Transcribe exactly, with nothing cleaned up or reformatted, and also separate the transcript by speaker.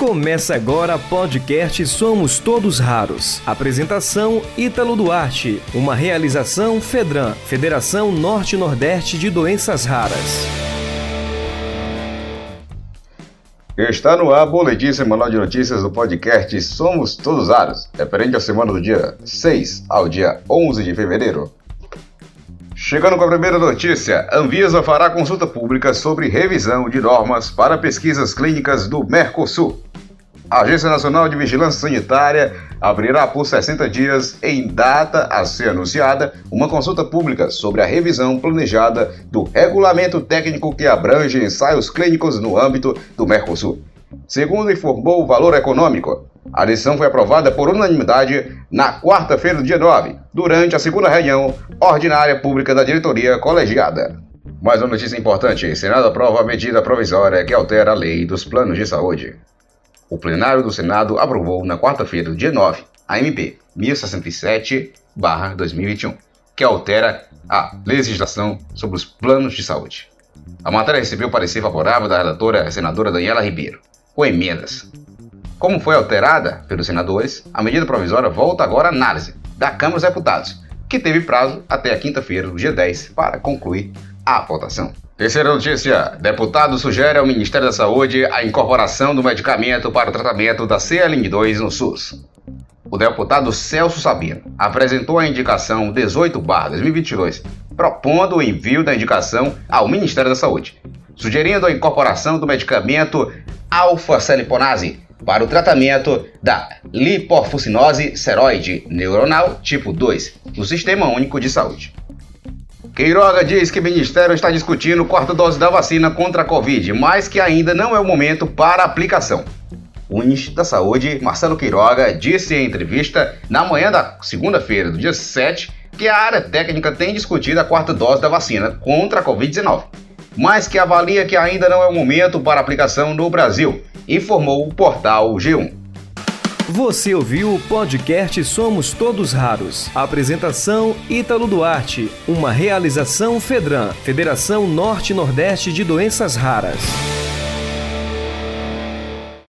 Speaker 1: Começa agora podcast Somos Todos Raros. Apresentação Ítalo Duarte. Uma realização FEDRAN, Federação Norte-Nordeste de Doenças Raras.
Speaker 2: Está no ar, boletim semanal de notícias do podcast Somos Todos Raros, referente à semana do dia seis ao dia onze de fevereiro. Chegando com a primeira notícia, Anvisa fará consulta pública sobre revisão de normas para pesquisas clínicas do Mercosul. A Agência Nacional de Vigilância Sanitária abrirá por sessenta dias, em data a ser anunciada, uma consulta pública sobre a revisão planejada do regulamento técnico que abrange ensaios clínicos no âmbito do Mercosul. Segundo informou o Valor Econômico, a decisão foi aprovada por unanimidade na quarta-feira, dia nove, durante a segunda reunião ordinária pública da diretoria colegiada. Mais uma notícia importante: o Senado aprova a medida provisória que altera a lei dos planos de saúde. O plenário do Senado aprovou na quarta-feira, dia nove, a M P mil sessenta e sete barra dois mil e vinte e um, que altera a legislação sobre os planos de saúde. A matéria recebeu parecer favorável da relatora senadora Daniela Ribeiro, com emendas. Como foi alterada pelos senadores, a medida provisória volta agora à análise da Câmara dos Deputados, que teve prazo até a quinta-feira, do dia dez, para concluir a votação. Terceira notícia: deputado sugere ao Ministério da Saúde a incorporação do medicamento para o tratamento da C L dois no SUS. O deputado Celso Sabino apresentou a indicação dezoito barra dois mil e vinte e dois, propondo o envio da indicação ao Ministério da Saúde, sugerindo a incorporação do medicamento alfa-celiponase para o tratamento da lipofuscinose seroide neuronal tipo dois no Sistema Único de Saúde. Queiroga diz que o Ministério está discutindo quarta dose da vacina contra a Covid, mas que ainda não é o momento para a aplicação. O ministro da Saúde, Marcelo Queiroga, disse em entrevista na manhã da segunda-feira, do dia sete, que a área técnica tem discutido a quarta dose da vacina contra a Covid dezenove, mas que avalia que ainda não é o momento para aplicação no Brasil, informou o portal G um.
Speaker 1: Você ouviu o podcast Somos Todos Raros. Apresentação Ítalo Duarte. Uma realização FEDRAN, Federação Norte-Nordeste de Doenças Raras.